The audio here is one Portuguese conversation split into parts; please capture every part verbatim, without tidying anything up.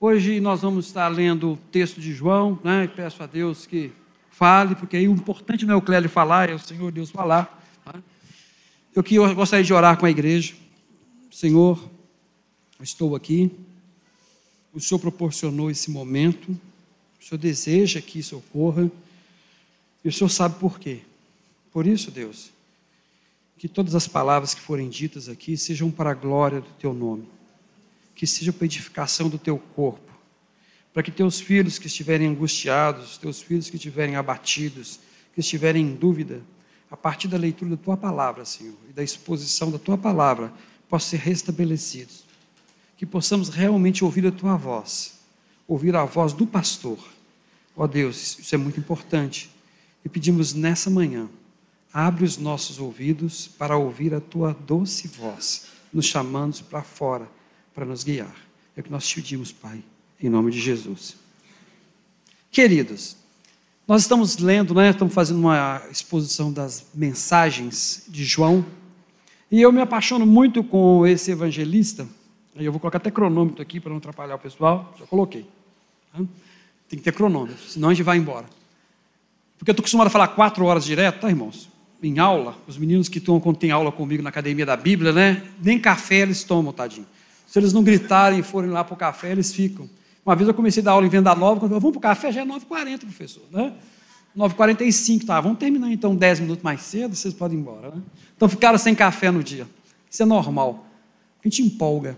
Hoje nós vamos estar lendo o texto de João, né? E peço a Deus que fale, porque aí o importante não é o Clélio falar, é o Senhor Deus falar. Tá? Eu que eu gostaria de orar com a igreja. Senhor, eu estou aqui, o Senhor proporcionou esse momento, o Senhor deseja que isso ocorra, e o Senhor sabe por quê. Por isso, Deus, que todas as palavras que forem ditas aqui sejam para a glória do Teu nome, que seja para a edificação do Teu corpo, para que Teus filhos que estiverem angustiados, Teus filhos que estiverem abatidos, que estiverem em dúvida, a partir da leitura da Tua palavra, Senhor, e da exposição da Tua palavra, possam ser restabelecidos, que possamos realmente ouvir a Tua voz, ouvir a voz do pastor. Ó Deus, isso é muito importante, e pedimos nessa manhã, abre os nossos ouvidos para ouvir a Tua doce voz, nos chamando para fora, para nos guiar. É o que nós te pedimos, Pai, em nome de Jesus. Queridos, nós estamos lendo, né, estamos fazendo uma exposição das mensagens de João, e eu me apaixono muito com esse evangelista. Aí eu vou colocar até cronômetro aqui para não atrapalhar o pessoal, já coloquei. Tá? Tem que ter cronômetro, senão a gente vai embora. Porque eu estou acostumado a falar quatro horas direto, tá, irmãos? Em aula, os meninos que estão, quando tem aula comigo na Academia da Bíblia, né? Nem café eles tomam, tadinho. Se eles não gritarem e forem lá para o café, eles ficam. Uma vez eu comecei a dar aula em Venda Nova, quando eu falei, vamos para o café, já é nove e quarenta, professor, né? nove e quarenta e cinco, tá, vamos terminar então dez minutos mais cedo, vocês podem ir embora, né? Então ficaram sem café no dia. Isso é normal. A gente empolga.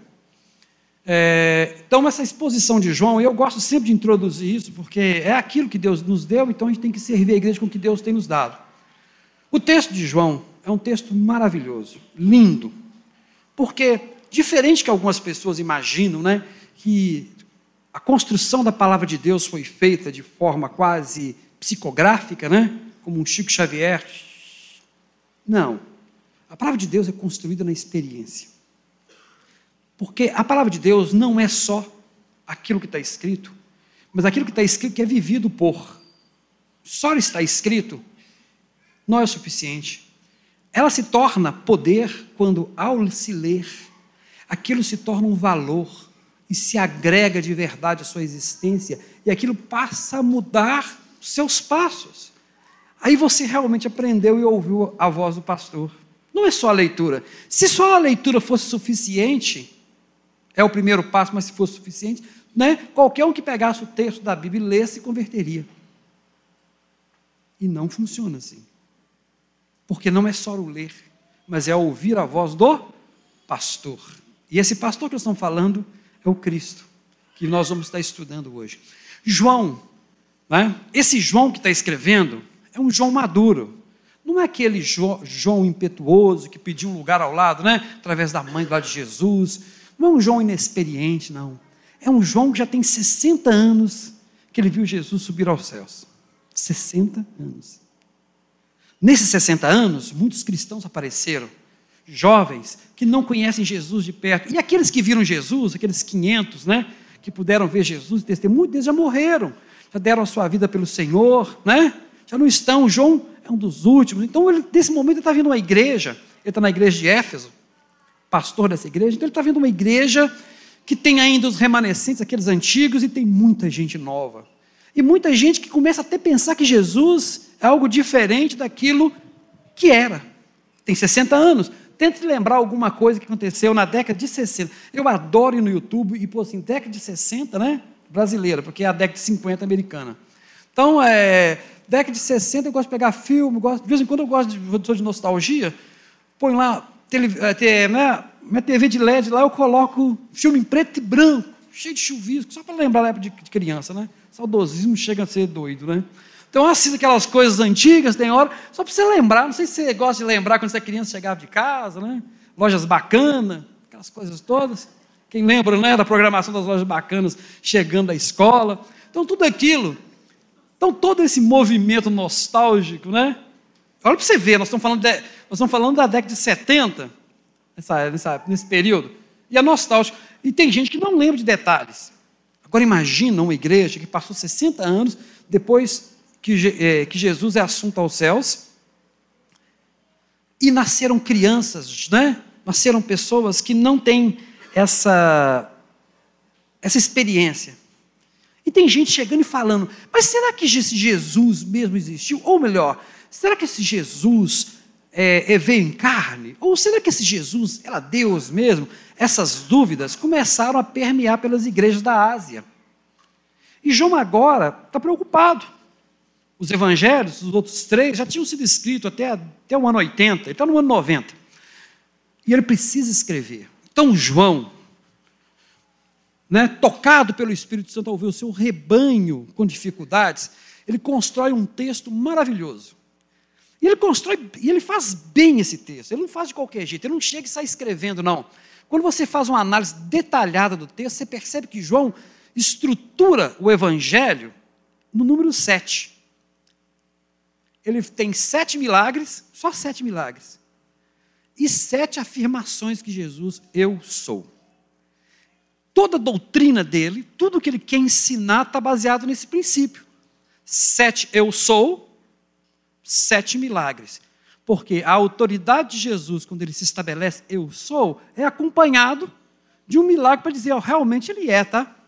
É, então essa exposição de João, eu gosto sempre de introduzir isso, porque é aquilo que Deus nos deu, então a gente tem que servir a igreja com o que Deus tem nos dado. O texto de João é um texto maravilhoso, lindo, porque diferente que algumas pessoas imaginam, né, que a construção da palavra de Deus foi feita de forma quase psicográfica, né, como um Chico Xavier. Não. A palavra de Deus é construída na experiência. Porque a palavra de Deus não é só aquilo que está escrito, mas aquilo que está escrito que é vivido por. Só está escrito não é o suficiente. Ela se torna poder quando, ao se ler, aquilo se torna um valor e se agrega de verdade à sua existência, e aquilo passa a mudar os seus passos. Aí você realmente aprendeu e ouviu a voz do pastor. Não é só a leitura. Se só a leitura fosse suficiente, é o primeiro passo, mas se fosse suficiente, né, qualquer um que pegasse o texto da Bíblia e lesse, se converteria. E não funciona assim. Porque não é só o ler, mas é ouvir a voz do pastor. E esse pastor que nós estamos falando é o Cristo, que nós vamos estar estudando hoje. João, né? Esse João que está escrevendo, é um João maduro. Não é aquele jo, João impetuoso que pediu um lugar ao lado, né? Através da mãe lá de Jesus. Não é um João inexperiente, não. É um João que já tem sessenta anos que ele viu Jesus subir aos céus. sessenta anos. Nesses sessenta anos, muitos cristãos apareceram, jovens que não conhecem Jesus de perto. E aqueles que viram Jesus, aqueles quinhentos, né, que puderam ver Jesus, muitos deles já morreram, já deram a sua vida pelo Senhor, né? Já não estão. João é um dos últimos. Então, ele, nesse momento, ele está vendo uma igreja, ele está na igreja de Éfeso, pastor dessa igreja, então ele está vendo uma igreja que tem ainda os remanescentes, aqueles antigos, e tem muita gente nova. E muita gente que começa até a pensar que Jesus é algo diferente daquilo que era. Tem sessenta anos. Tente lembrar alguma coisa que aconteceu na década de sessenta. Eu adoro ir no YouTube e pôr assim, década de sessenta, né? Brasileira, porque é a década de cinquenta americana. Então, é, década de sessenta eu gosto de pegar filme, gosto, de vez em quando eu gosto de, sou de nostalgia, põe lá, tele, te, né, minha T V de L E D, lá eu coloco filme em preto e branco, cheio de chuvisco, só para lembrar da época de, de criança, né? Saudosismo chega a ser doido, né? Então eu assisto aquelas coisas antigas, tem hora, só para você lembrar, não sei se você gosta de lembrar quando você é criança, chegava de casa, né? Lojas bacanas, aquelas coisas todas. Quem lembra, né, da programação das lojas bacanas chegando da escola. Então tudo aquilo, então todo esse movimento nostálgico, né? Olha para você ver, nós estamos falando, de, nós estamos falando da década de setenta, nessa, nessa, nesse período, e é nostálgico. E tem gente que não lembra de detalhes. Agora imagina uma igreja que passou sessenta anos depois que, é, que Jesus é assunto aos céus, e nasceram crianças, né? Nasceram pessoas que não têm essa, essa experiência. E tem gente chegando e falando, mas será que esse Jesus mesmo existiu? Ou melhor, será que esse Jesus é, é, veio em carne? Ou será que esse Jesus era Deus mesmo? Essas dúvidas começaram a permear pelas igrejas da Ásia. E João agora está preocupado. Os evangelhos, os outros três, já tinham sido escritos até, até o ano oitenta, ele está no ano noventa. E ele precisa escrever. Então João, né, tocado pelo Espírito Santo ao ver o seu rebanho com dificuldades, ele constrói um texto maravilhoso. E ele constrói, e ele faz bem esse texto, ele não faz de qualquer jeito, ele não chega e sai escrevendo, não. Quando você faz uma análise detalhada do texto, você percebe que João estrutura o evangelho no número sete. Ele tem sete milagres, só sete milagres, e sete afirmações que Jesus, eu sou. Toda a doutrina dele, tudo que ele quer ensinar está baseado nesse princípio. Sete eu sou, sete milagres. Porque a autoridade de Jesus, quando ele se estabelece eu sou, é acompanhado de um milagre para dizer, oh, realmente ele é, tá?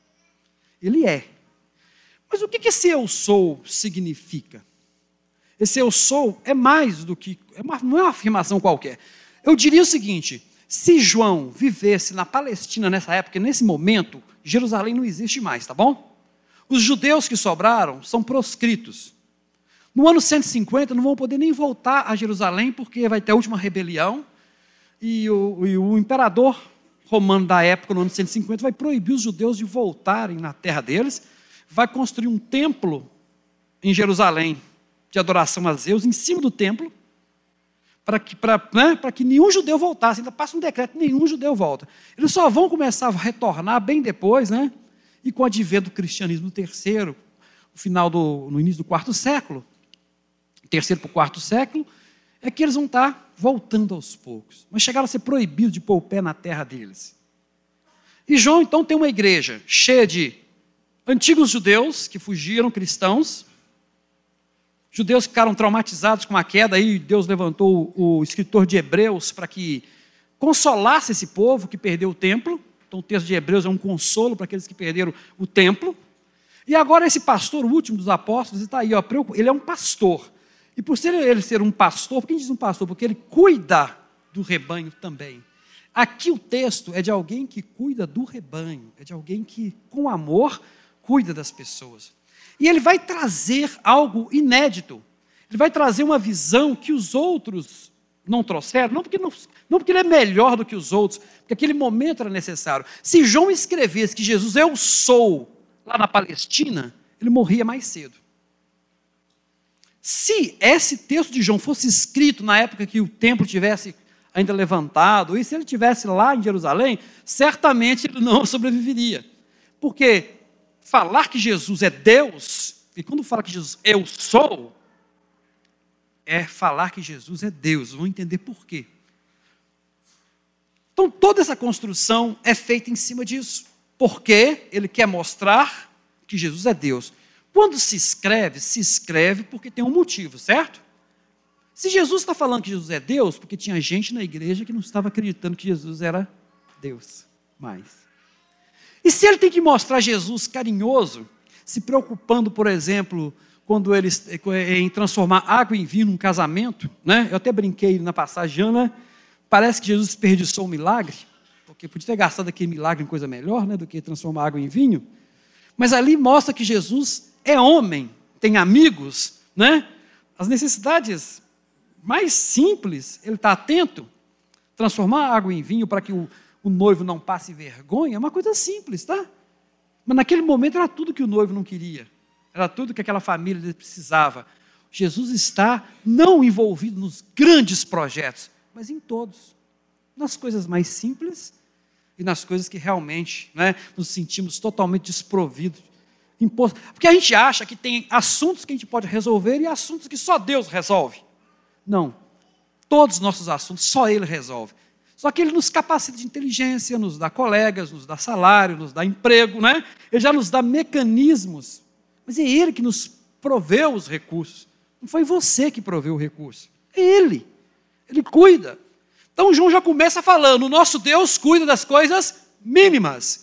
Ele é. Mas o que esse eu sou significa? Esse eu sou é mais do que, é uma, não é uma afirmação qualquer. Eu diria o seguinte, se João vivesse na Palestina nessa época, nesse momento, Jerusalém não existe mais, tá bom? Os judeus que sobraram são proscritos. No ano cento e cinquenta não vão poder nem voltar a Jerusalém, porque vai ter a última rebelião, e o, e o imperador romano da época, no ano cento e cinquenta, vai proibir os judeus de voltarem na terra deles, vai construir um templo em Jerusalém, de adoração a Zeus, em cima do templo, para que, para, né, para que nenhum judeu voltasse. Ainda passa um decreto, nenhum judeu volta. Eles só vão começar a retornar bem depois, né? E com o advento do cristianismo terceiro, no final do, no início do quarto século, terceiro para o quarto século, é que eles vão estar voltando aos poucos. Mas chegaram a ser proibidos de pôr o pé na terra deles. E João, então, tem uma igreja cheia de antigos judeus que fugiram, cristãos, judeus que ficaram traumatizados com a queda, aí Deus levantou o, o escritor de Hebreus para que consolasse esse povo que perdeu o templo. Então o texto de Hebreus é um consolo para aqueles que perderam o templo. E agora esse pastor, o último dos apóstolos, está aí, ó, ele é um pastor. E por ser ele ser um pastor, por que a gente diz um pastor? Porque ele cuida do rebanho também. Aqui o texto é de alguém que cuida do rebanho, é de alguém que, com amor, cuida das pessoas. E ele vai trazer algo inédito. Ele vai trazer uma visão que os outros não trouxeram, não porque, não, não porque ele é melhor do que os outros, porque aquele momento era necessário. Se João escrevesse que Jesus eu sou, lá na Palestina, ele morria mais cedo. Se esse texto de João fosse escrito na época que o templo tivesse ainda levantado, e se ele estivesse lá em Jerusalém, certamente ele não sobreviveria. Porque falar que Jesus é Deus, e quando fala que Jesus eu sou, é falar que Jesus é Deus. Vão entender por quê. Então toda essa construção é feita em cima disso, porque ele quer mostrar que Jesus é Deus. Quando se escreve, se escreve porque tem um motivo, certo? Se Jesus está falando que Jesus é Deus, porque tinha gente na igreja que não estava acreditando que Jesus era Deus mais. E se ele tem que mostrar Jesus carinhoso, se preocupando, por exemplo, quando ele, em transformar água em vinho num casamento, né? Eu até brinquei na passagem, né? Parece que Jesus desperdiçou um milagre, porque podia ter gastado aquele milagre em coisa melhor, né, do que transformar água em vinho. Mas ali mostra que Jesus é homem, tem amigos, né? As necessidades mais simples, ele está atento. Transformar água em vinho para que o, o noivo não passe vergonha é uma coisa simples, tá? Mas naquele momento era tudo que o noivo não queria. Era tudo que aquela família precisava. Jesus está não envolvido nos grandes projetos, mas em todos. Nas coisas mais simples e nas coisas que realmente, né, nos sentimos totalmente desprovidos. Imposto. Porque a gente acha que tem assuntos que a gente pode resolver e assuntos que só Deus resolve. Não. Todos os nossos assuntos, só Ele resolve. Só que Ele nos capacita de inteligência, nos dá colegas, nos dá salário, nos dá emprego, né? Ele já nos dá mecanismos. Mas é Ele que nos proveu os recursos. Não foi você que proveu o recurso. É Ele. Ele cuida. Então João já começa falando, o nosso Deus cuida das coisas mínimas.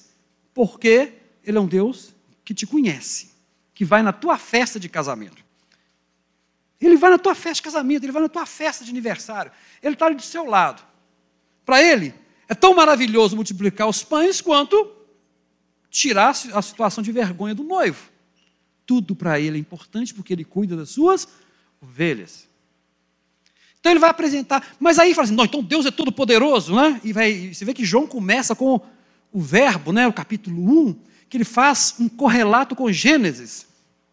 Porque Ele é um Deus que te conhece, que vai na tua festa de casamento. Ele vai na tua festa de casamento, Ele vai na tua festa de aniversário. Ele está ali do seu lado. Para Ele, é tão maravilhoso multiplicar os pães quanto tirar a situação de vergonha do noivo. Tudo para Ele é importante porque Ele cuida das suas ovelhas. Então Ele vai apresentar, mas aí fala assim, não, então Deus é todo poderoso, né? E vai, você vê que João começa com o verbo, né? O capítulo um, que ele faz um correlato com Gênesis.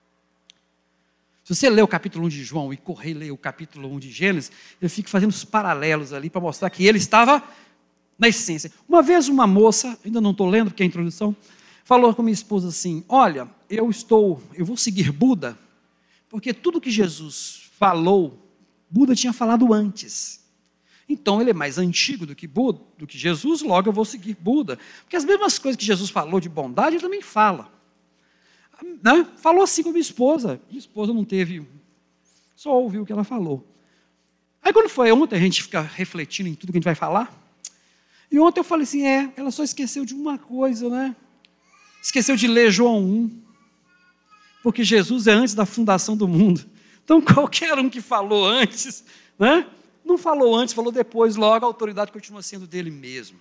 Se você lê o capítulo um de João e correr e ler o capítulo um de Gênesis, ele fica fazendo os paralelos ali para mostrar que ele estava na essência. Uma vez uma moça, ainda não estou lendo porque é a introdução, falou com minha esposa assim, olha, eu estou, eu vou seguir Buda, porque tudo que Jesus falou, Buda tinha falado antes. Então ele é mais antigo do que Buda, do que Jesus, logo eu vou seguir Buda. Porque as mesmas coisas que Jesus falou de bondade, ele também fala. Né? Falou assim com minha esposa. Minha esposa não teve, só ouviu o que ela falou. Aí quando foi ontem, a gente fica refletindo em tudo que a gente vai falar. E ontem eu falei assim, é, ela só esqueceu de uma coisa, né? Esqueceu de ler João um. Porque Jesus é antes da fundação do mundo. Então qualquer um que falou antes, né? Não falou antes, falou depois, logo a autoridade continua sendo dele mesmo.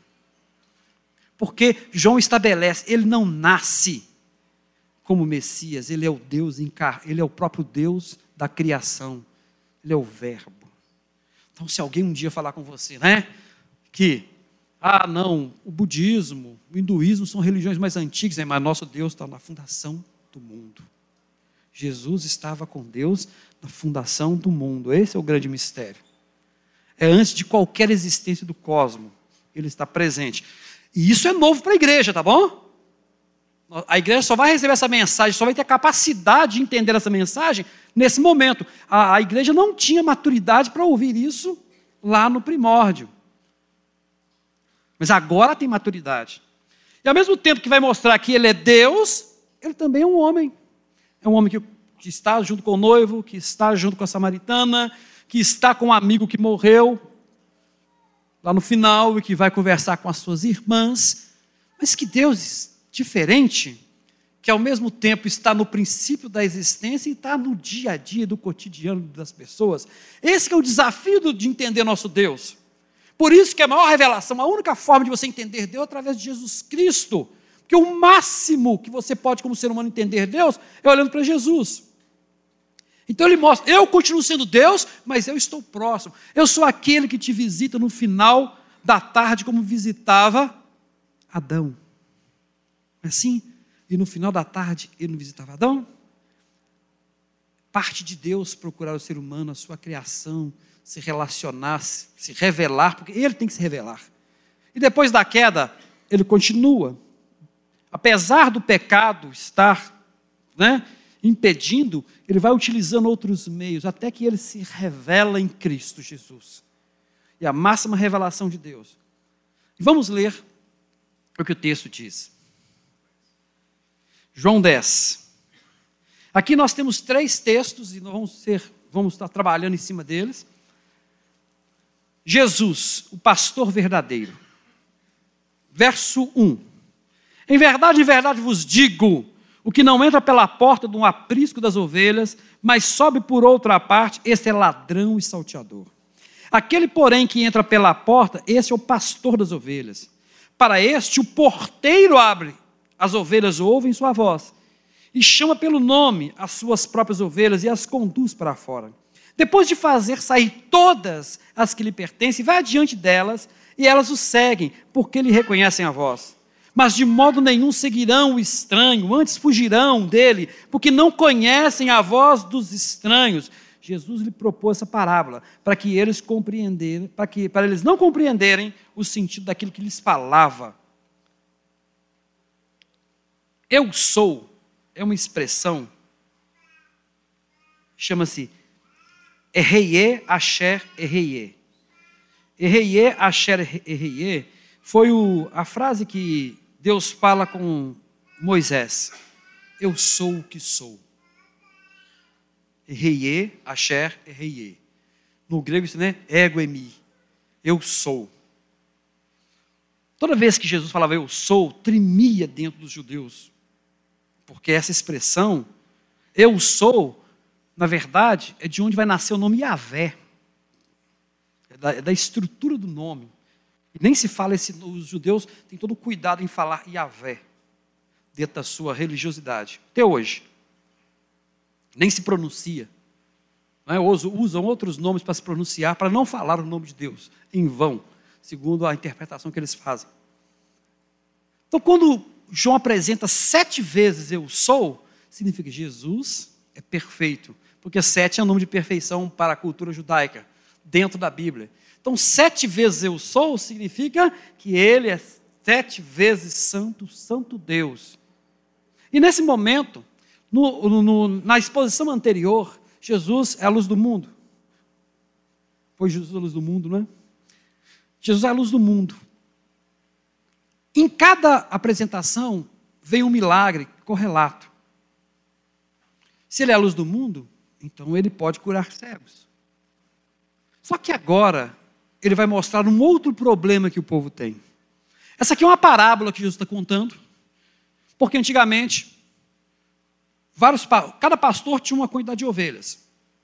Porque João estabelece, ele não nasce como Messias, ele é o Deus encarnado, ele é o próprio Deus da criação, ele é o verbo. Então se alguém um dia falar com você, né, que, ah não, o budismo, o hinduísmo são religiões mais antigas, né, mas nosso Deus está na fundação do mundo. Jesus estava com Deus na fundação do mundo, esse é o grande mistério. É antes de qualquer existência do cosmos, ele está presente. E isso é novo para a igreja, tá bom? A igreja só vai receber essa mensagem, só vai ter capacidade de entender essa mensagem nesse momento. A, a igreja não tinha maturidade para ouvir isso lá no primórdio. Mas agora tem maturidade. E ao mesmo tempo que vai mostrar que ele é Deus, ele também é um homem. É um homem que, que está junto com o noivo, que está junto com a samaritana, que está com um amigo que morreu, lá no final, e que vai conversar com as suas irmãs, mas que Deus diferente, que ao mesmo tempo está no princípio da existência e está no dia a dia do cotidiano das pessoas. Esse que é o desafio de entender nosso Deus. Por isso que a maior revelação, a única forma de você entender Deus é através de Jesus Cristo, porque o máximo que você pode como ser humano entender Deus é olhando para Jesus. Então ele mostra, eu continuo sendo Deus, mas eu estou próximo. Eu sou aquele que te visita no final da tarde, como visitava Adão. Assim, e no final da tarde ele não visitava Adão? Parte de Deus procurar o ser humano, a sua criação, se relacionar, se revelar, porque ele tem que se revelar. E depois da queda, ele continua. Apesar do pecado estar, né, impedindo, ele vai utilizando outros meios, até que ele se revela em Cristo Jesus. E a máxima revelação de Deus. E vamos ler o que o texto diz. João dez. Aqui nós temos três textos, e nós vamos, ser, vamos estar trabalhando em cima deles. Jesus, o pastor verdadeiro. Verso um. Em verdade, em verdade vos digo, o que não entra pela porta de um aprisco das ovelhas, mas sobe por outra parte, esse é ladrão e salteador. Aquele, porém, que entra pela porta, esse é o pastor das ovelhas. Para este, o porteiro abre, as ovelhas ouvem sua voz, e chama pelo nome as suas próprias ovelhas e as conduz para fora. Depois de fazer sair todas as que lhe pertencem, vai adiante delas, e elas o seguem, porque lhe reconhecem a voz. Mas de modo nenhum seguirão o estranho, antes fugirão dele, porque não conhecem a voz dos estranhos. Jesus lhe propôs essa parábola, para que eles compreenderem, para que para eles não compreenderem o sentido daquilo que lhes falava. Eu sou, é uma expressão, chama-se Erreiê, Asher, Erreiê. Erreiê, Asher, Erreiê foi o, a frase que Deus fala com Moisés. Eu sou o que sou. Erreiê, Asher, Erreiê. No grego isso, né? Ego emi. Eu sou. Toda vez que Jesus falava eu sou, tremia dentro dos judeus. Porque essa expressão, eu sou, na verdade, é de onde vai nascer o nome Yahvé. É da, é da estrutura do nome. E nem se fala, esse, os judeus têm todo cuidado em falar Yahvé, dentro da sua religiosidade. Até hoje. Nem se pronuncia. Não é? Usam outros nomes para se pronunciar, para não falar o nome de Deus, em vão, segundo a interpretação que eles fazem. Então, quando João apresenta sete vezes eu sou, significa que Jesus é perfeito, porque sete é um número de perfeição para a cultura judaica, dentro da Bíblia. Então, sete vezes eu sou significa que ele é sete vezes santo, santo Deus. E nesse momento, no, no, na exposição anterior, Jesus é a luz do mundo. Foi Jesus a luz do mundo, não é? Jesus é a luz do mundo. Em cada apresentação vem um milagre correlato. Se ele é a luz do mundo, então ele pode curar cegos. Só que agora ele vai mostrar um outro problema que o povo tem. Essa aqui é uma parábola que Jesus está contando, porque antigamente vários, cada pastor tinha uma quantidade de ovelhas.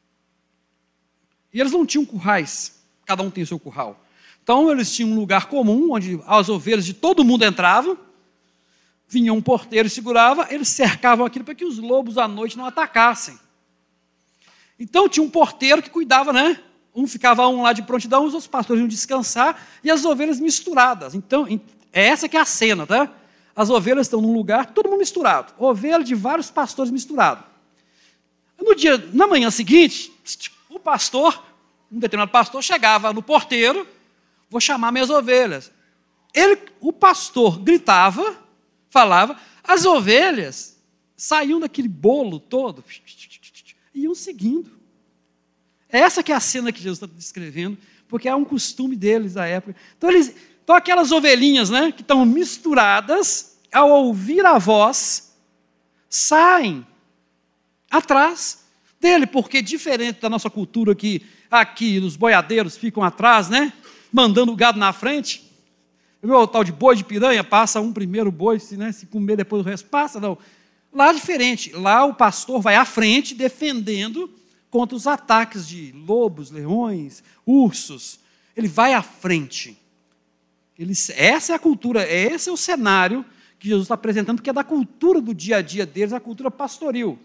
E eles não tinham currais, cada um tem o seu curral. Então eles tinham um lugar comum, onde as ovelhas de todo mundo entravam, vinha um porteiro e segurava, eles cercavam aquilo para que os lobos à noite não atacassem. Então tinha um porteiro que cuidava, né? Um ficava um lá de prontidão, os outros pastores iam descansar, e as ovelhas misturadas. Então, é essa que é a cena, tá? As ovelhas estão num lugar, todo mundo misturado. Ovelha de vários pastores misturados. No dia, na manhã seguinte, o pastor, um determinado pastor, chegava no porteiro, vou chamar minhas ovelhas. Ele, o pastor gritava, falava, as ovelhas saíam daquele bolo todo, e iam seguindo. Essa que é a cena que Jesus está descrevendo, porque é um costume deles da época. Então, eles, então aquelas ovelhinhas, né, que estão misturadas, ao ouvir a voz, saem atrás dele, porque diferente da nossa cultura que aqui os boiadeiros ficam atrás, né, mandando o gado na frente. Viu o tal de boi de piranha? Passa um primeiro boi, se, né, se comer depois o resto passa, não. Lá é diferente, lá o pastor vai à frente defendendo contra os ataques de lobos, leões, ursos. Ele vai à frente. Ele, essa é a cultura, esse é o cenário que Jesus está apresentando, que é da cultura do dia a dia deles, a cultura pastoril.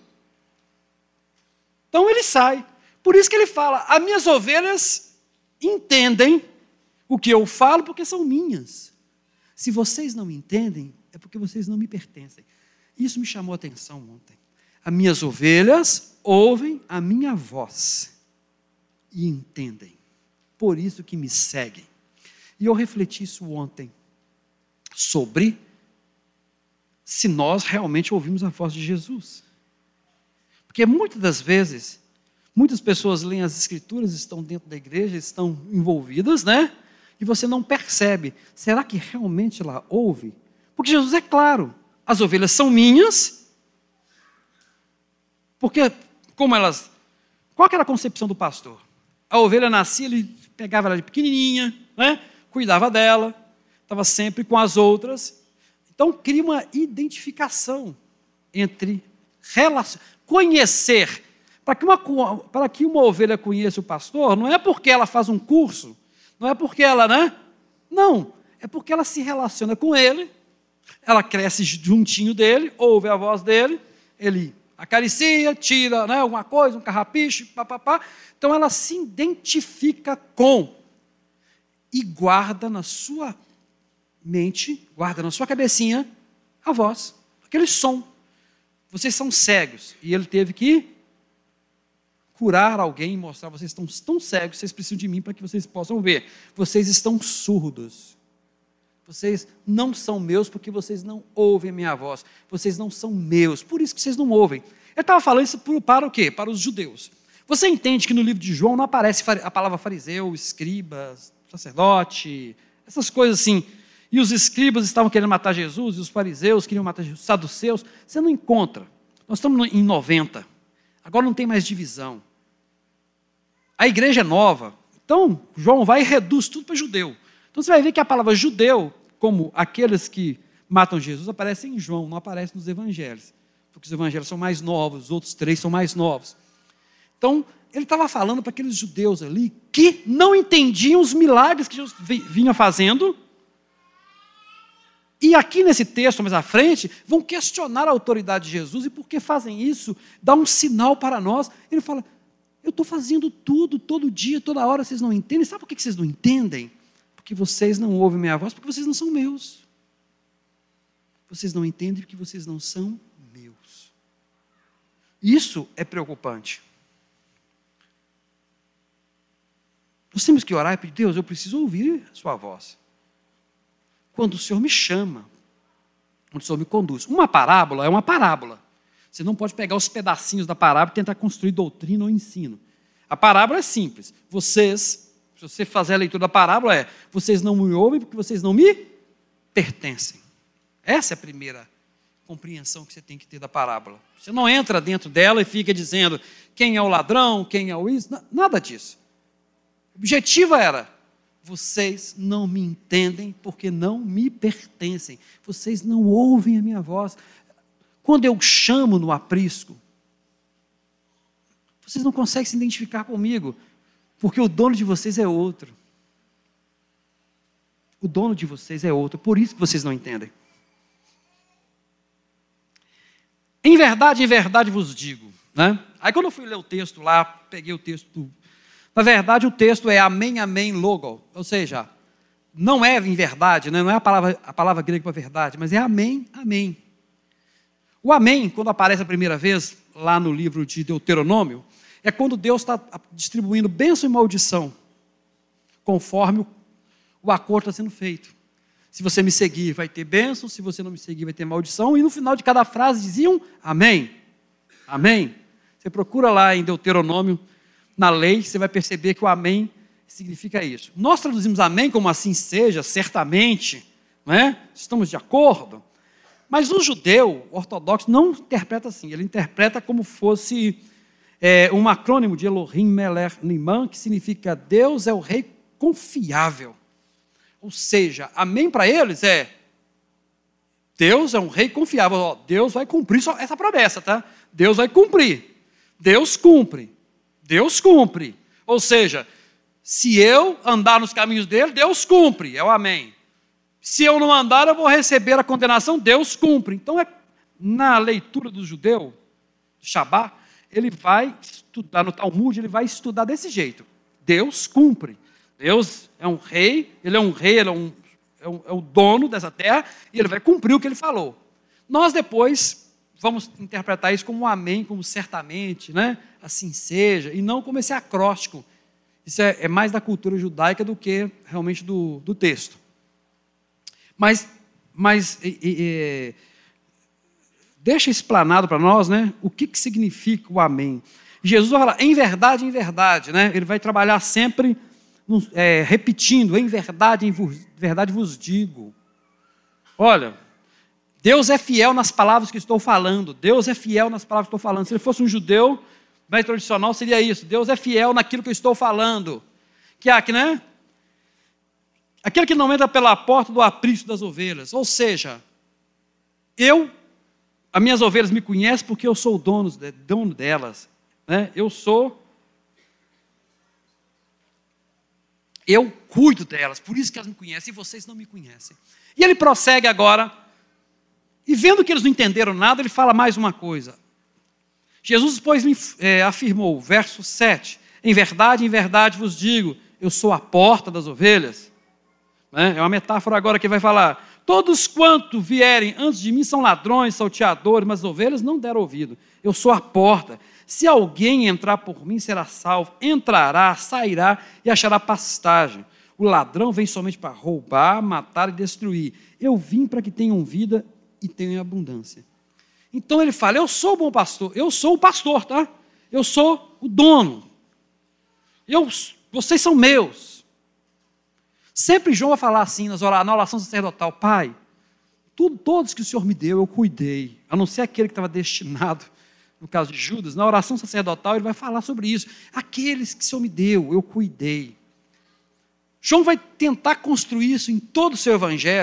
Então ele sai. Por isso que ele fala, as minhas ovelhas entendem o que eu falo porque são minhas. Se vocês não entendem, é porque vocês não me pertencem. Isso me chamou a atenção ontem. As minhas ovelhas ouvem a minha voz e entendem. Por isso que me seguem. E eu refleti isso ontem, sobre se nós realmente ouvimos a voz de Jesus. Porque muitas das vezes, muitas pessoas leem as Escrituras, estão dentro da igreja, estão envolvidas, né? E você não percebe. Será que realmente ela ouve? Porque Jesus é claro, as ovelhas são minhas, porque como elas... Qual que era a concepção do pastor? A ovelha nascia, ele pegava ela de pequenininha, né? Cuidava dela, estava sempre com as outras. Então, cria uma identificação entre relacion... conhecer. Para que, uma, para que uma ovelha conheça o pastor, não é porque ela faz um curso, não é porque ela, né? Não, é porque ela se relaciona com ele, ela cresce juntinho dele, ouve a voz dele, ele acaricia, tira, né, alguma coisa, um carrapicho, papapá. Então ela se identifica com e guarda na sua mente, guarda na sua cabecinha a voz, aquele som. Vocês são cegos, e ele teve que curar alguém e mostrar, vocês estão tão cegos, vocês precisam de mim para que vocês possam ver. Vocês estão surdos. Vocês não são meus porque vocês não ouvem a minha voz. Vocês não são meus, por isso que vocês não ouvem. Ele estava falando isso para o quê? Para os judeus. Você entende que no livro de João não aparece a palavra fariseu, escriba, sacerdote, essas coisas assim. E os escribas estavam querendo matar Jesus, e os fariseus queriam matar Jesus, os saduceus. Você não encontra. Nós estamos em noventa. Agora não tem mais divisão. A igreja é nova. Então, João vai e reduz tudo para judeu. Então você vai ver que a palavra judeu como aqueles que matam Jesus aparecem em João, não aparecem nos evangelhos, porque os evangelhos são mais novos, os outros três são mais novos. Então, ele estava falando para aqueles judeus ali que não entendiam os milagres que Jesus vinha fazendo. E aqui nesse texto, mais à frente, vão questionar a autoridade de Jesus e por que fazem isso, dá um sinal para nós. Ele fala, eu estou fazendo tudo, todo dia, toda hora, vocês não entendem. Sabe por que vocês não entendem? Porque vocês não ouvem minha voz, porque vocês não são meus. Vocês não entendem porque vocês não são meus. Isso é preocupante. Nós temos que orar e pedir, Deus, eu preciso ouvir a sua voz. Quando o Senhor me chama, quando o Senhor me conduz. Uma parábola é uma parábola. Você não pode pegar os pedacinhos da parábola e tentar construir doutrina ou ensino. A parábola é simples. Vocês, se você fazer a leitura da parábola, é, vocês não me ouvem porque vocês não me pertencem. Essa é a primeira compreensão que você tem que ter da parábola. Você não entra dentro dela e fica dizendo quem é o ladrão, quem é o isso, nada disso. O objetivo era, vocês não me entendem porque não me pertencem. Vocês não ouvem a minha voz. Quando eu chamo no aprisco, vocês não conseguem se identificar comigo, porque o dono de vocês é outro. O dono de vocês é outro, por isso que vocês não entendem. Em verdade, em verdade vos digo. Né? Aí quando eu fui ler o texto lá, peguei o texto do... Na verdade, o texto é amém, amém, logo. Ou seja, não é em verdade, né? Não é a palavra, a palavra grega para verdade, mas é amém, amém. O amém, quando aparece a primeira vez, lá no livro de Deuteronômio, é quando Deus está distribuindo bênção e maldição, conforme o, o acordo está sendo feito. Se você me seguir, vai ter bênção, se você não me seguir, vai ter maldição, e no final de cada frase diziam amém, amém. Você procura lá em Deuteronômio, na lei, você vai perceber que o amém significa isso. Nós traduzimos amém como assim seja, certamente, não é? Estamos de acordo. Mas o judeu ortodoxo não interpreta assim, ele interpreta como fosse é, um acrônimo de Elohim Melech Niman, que significa Deus é o rei confiável. Ou seja, amém para eles é Deus é um rei confiável. Ó, Deus vai cumprir essa promessa, tá? Deus vai cumprir. Deus cumpre. Deus cumpre. Ou seja, se eu andar nos caminhos dele, Deus cumpre. É o amém. Se eu não andar, eu vou receber a condenação, Deus cumpre. Então, é, na leitura do judeu, do Shabá, ele vai estudar, no Talmud, ele vai estudar desse jeito. Deus cumpre. Deus é um rei, ele é um rei, ele é, um, é, um, é o dono dessa terra, e ele vai cumprir o que ele falou. Nós depois vamos interpretar isso como um amém, como certamente, né? Assim seja, e não como esse acróstico. Isso é, é mais da cultura judaica do que realmente do, do texto. Mas, mas e, e, deixa explanado para nós, né, o que, que significa o amém. Jesus vai falar, em verdade, em verdade, né? Ele vai trabalhar sempre é, repetindo, em verdade, em verdade vos digo. Olha, Deus é fiel nas palavras que estou falando, Deus é fiel nas palavras que estou falando. Se ele fosse um judeu mais tradicional, seria isso, Deus é fiel naquilo que eu estou falando. Que aqui, né? Aquele que não entra pela porta do aprisco das ovelhas, ou seja, eu, as minhas ovelhas me conhecem porque eu sou o dono, dono delas, né? Eu sou, eu cuido delas, por isso que elas me conhecem, e vocês não me conhecem. E ele prossegue agora, e vendo que eles não entenderam nada, ele fala mais uma coisa. Jesus, pois, lhe é, afirmou, verso sete, em verdade, em verdade vos digo, eu sou a porta das ovelhas. É uma metáfora agora que vai falar, todos quanto vierem antes de mim são ladrões, salteadores, mas as ovelhas não deram ouvido. Eu sou a porta. Se alguém entrar por mim, será salvo. Entrará, sairá e achará pastagem. O ladrão vem somente para roubar, matar e destruir. Eu vim para que tenham vida e tenham em abundância. Então ele fala, eu sou o bom pastor, eu sou o pastor, tá? Eu sou o dono. Eu, vocês são meus. Sempre João vai falar assim, nas orações, na oração sacerdotal, Pai, tudo, todos que o Senhor me deu, eu cuidei, a não ser aquele que estava destinado, no caso de Judas, na oração sacerdotal ele vai falar sobre isso. Aqueles que o Senhor me deu, eu cuidei. João vai tentar construir isso em todo o seu evangelho,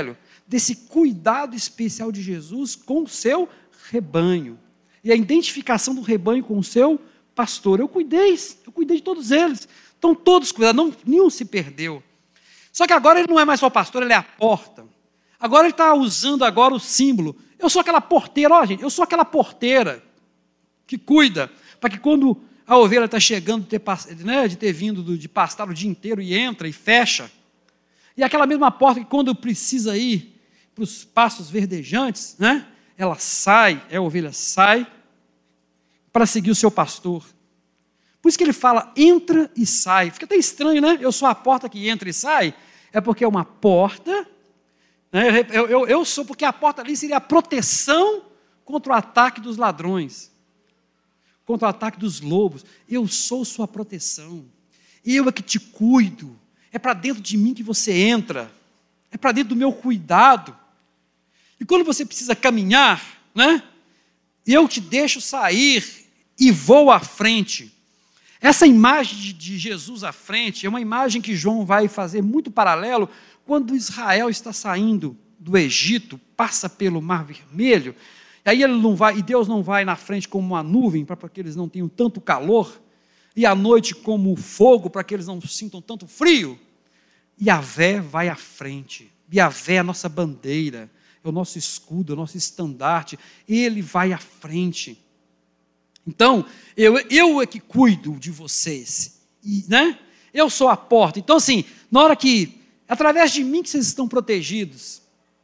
desse cuidado especial de Jesus com o seu rebanho. E a identificação do rebanho com o seu pastor. Eu cuidei, eu cuidei de todos eles. Estão todos cuidados, não, nenhum se perdeu. Só que agora ele não é mais só o pastor, ele é a porta. Agora ele está usando agora o símbolo. Eu sou aquela porteira, ó gente, eu sou aquela porteira que cuida, para que quando a ovelha está chegando, de ter, né, de ter vindo de pastar o dia inteiro e entra e fecha, e aquela mesma porta que quando precisa ir para os pastos verdejantes, né, ela sai, a ovelha sai, para seguir o seu pastor. Por isso que ele fala, entra e sai. Fica até estranho, né? Eu sou a porta que entra e sai. É porque é uma porta, né? eu, eu, eu sou, porque a porta ali seria a proteção contra o ataque dos ladrões, contra o ataque dos lobos. Eu sou sua proteção. Eu é que te cuido. É para dentro de mim que você entra. É para dentro do meu cuidado. E quando você precisa caminhar, né? Eu te deixo sair e vou à frente. Essa imagem de, de Jesus à frente é uma imagem que João vai fazer muito paralelo quando Israel está saindo do Egito, passa pelo Mar Vermelho, e aí ele não vai, e Deus não vai na frente como uma nuvem, para que eles não tenham tanto calor, e à noite como fogo, para que eles não sintam tanto frio. Yahvé vai à frente. Yahvé é a nossa bandeira, é o nosso escudo, é o nosso estandarte. Ele vai à frente. Então, eu, eu é que cuido de vocês, e, né? Eu sou a porta. Então, assim, na hora que, através de mim que vocês estão protegidos,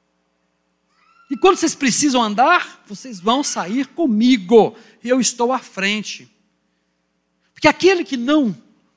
e quando vocês precisam andar, vocês vão sair comigo, eu estou à frente. Porque aquele que não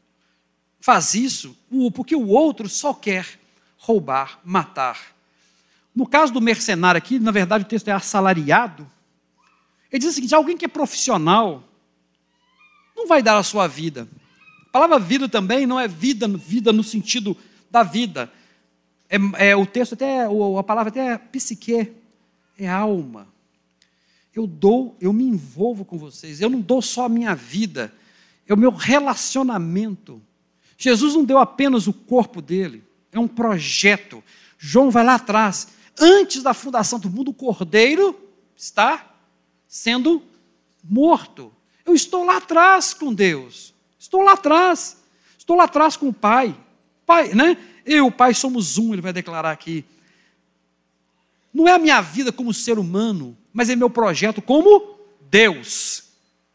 faz isso, porque o outro só quer roubar, matar. No caso do mercenário aqui, na verdade o texto é assalariado. Ele diz o seguinte, alguém que é profissional não vai dar a sua vida. A palavra vida também não é vida, vida no sentido da vida. É, é, o texto até, a palavra até é psique, é alma. Eu dou, eu me envolvo com vocês, eu não dou só a minha vida, é o meu relacionamento. Jesus não deu apenas o corpo dele, é um projeto. João vai lá atrás, antes da fundação do mundo, o cordeiro está sendo morto. Eu estou lá atrás com Deus, estou lá atrás, estou lá atrás com o Pai. Pai, né? Eu e o Pai somos um, ele vai declarar aqui. Não é a minha vida como ser humano, mas é meu projeto como Deus.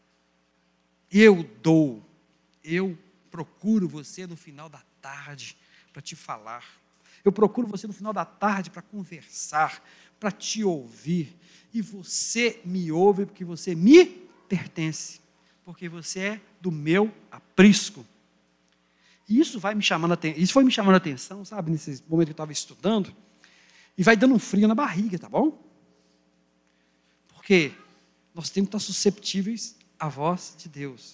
Eu dou, eu procuro você no final da tarde para te falar. Eu procuro você no final da tarde para conversar, para te ouvir. E você me ouve porque você me pertence, porque você é do meu aprisco. E isso vai me chamando a atenção, isso foi me chamando a atenção, sabe, nesse momento que eu estava estudando, e vai dando um frio na barriga, tá bom? Porque nós temos que estar susceptíveis à voz de Deus.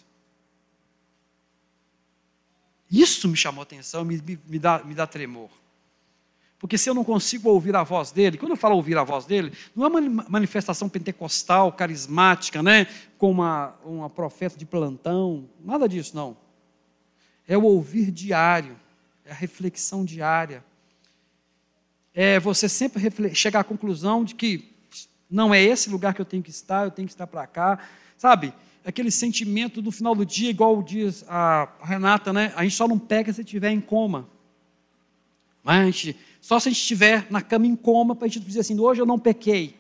Isso me chamou a atenção, me, me, me, dá, me dá tremor. Porque se eu não consigo ouvir a voz dele, quando eu falo ouvir a voz dele, não é uma manifestação pentecostal, carismática, né? Com uma, uma profeta de plantão, nada disso, não. É o ouvir diário, é a reflexão diária. É você sempre chegar à conclusão de que não é esse lugar que eu tenho que estar, eu tenho que estar para cá, sabe? Aquele sentimento do final do dia, igual diz a Renata, né? A gente só não pega se estiver em coma. Mas a gente, só se a gente estiver na cama em coma, para a gente dizer assim, hoje eu não pequei.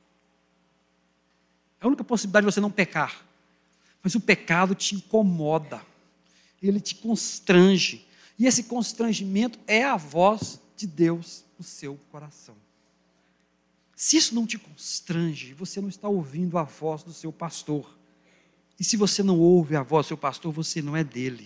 É a única possibilidade de você não pecar. Mas o pecado te incomoda. Ele te constrange. E esse constrangimento é a voz de Deus no seu coração. Se isso não te constrange, você não está ouvindo a voz do seu pastor. E se você não ouve a voz do seu pastor, você não é dele.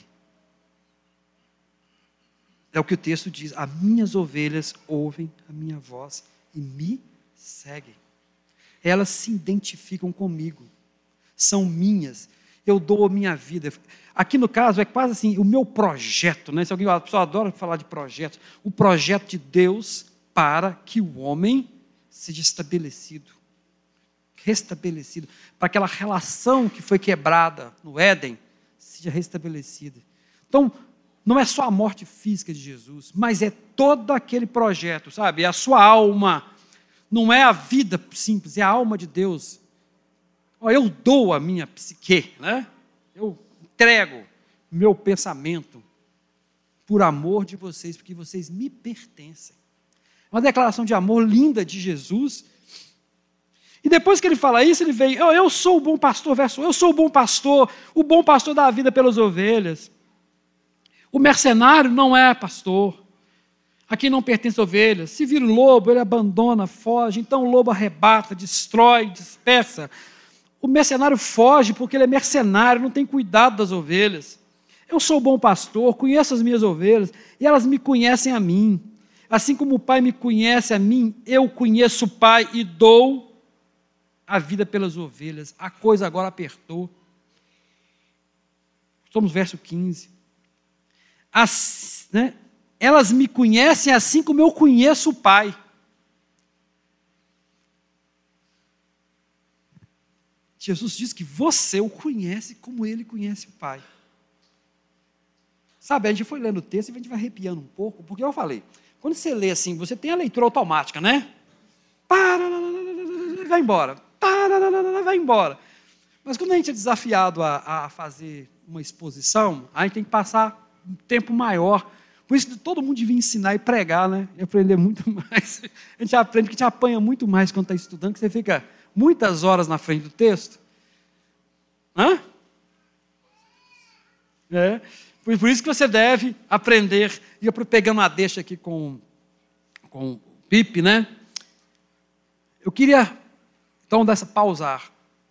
É o que o texto diz, as minhas ovelhas ouvem a minha voz e me seguem. Elas se identificam comigo, são minhas, eu dou a minha vida. Aqui no caso é quase assim, o meu projeto, né? Se alguém, a pessoa adora falar de projetos, o projeto de Deus para que o homem seja estabelecido, restabelecido, para aquela relação que foi quebrada no Éden, seja restabelecida. Então, não é só a morte física de Jesus, mas é todo aquele projeto, sabe? É a sua alma, Não é a vida simples, é a alma de Deus. Eu dou a minha psique, né? Eu entrego meu pensamento por amor de vocês, porque vocês me pertencem. Uma declaração de amor linda de Jesus. E depois que ele fala isso, ele vem, eu, eu sou o bom pastor, verso, eu sou o bom pastor, o bom pastor dá a vida pelas ovelhas. O mercenário não é pastor. Aqui não pertence a ovelhas. Se vira o lobo, ele abandona, foge. Então o lobo arrebata, destrói, dispersa. O mercenário foge porque ele é mercenário, não tem cuidado das ovelhas. Eu sou o bom pastor, conheço as minhas ovelhas e elas me conhecem a mim. Assim como o Pai me conhece a mim, eu conheço o Pai e dou a vida pelas ovelhas. A coisa agora apertou. Somos verso quinze. As, né, elas me conhecem assim como eu conheço o Pai. Jesus diz que você o conhece como ele conhece o Pai. Sabe, a gente foi lendo o texto e a gente vai arrepiando um pouco, porque eu falei, quando você lê assim, você tem a leitura automática, né? Vai embora. Vai embora. Mas quando a gente é desafiado a, a fazer uma exposição, a gente tem que passar um tempo maior. Por isso todo mundo devia ensinar e pregar, né? E aprender muito mais. A gente aprende que a gente apanha muito mais quando está estudando, que você fica muitas horas na frente do texto. Hã? É. Por, por isso que você deve aprender. E eu pegando uma deixa aqui com, com o Pipe, né? Eu queria, então, dessa pausar.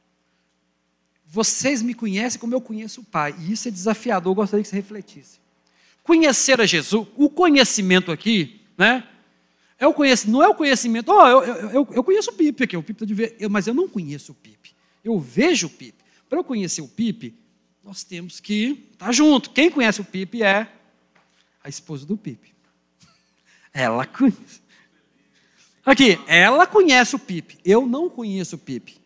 Vocês me conhecem como eu conheço o Pai. E isso é desafiador, eu gostaria que você refletisse. Conhecer a Jesus, o conhecimento aqui, né? É o conhecimento, não é o conhecimento, oh, eu, eu, eu conheço o Pipe aqui, o Pipe está de ver, eu, mas eu não conheço o Pipe. Eu vejo o Pipe. Para eu conhecer o Pipe, nós temos que estar junto. Quem conhece o Pipe é a esposa do Pipe. Ela conhece. Aqui, ela conhece o Pipe. Eu não conheço o Pipe.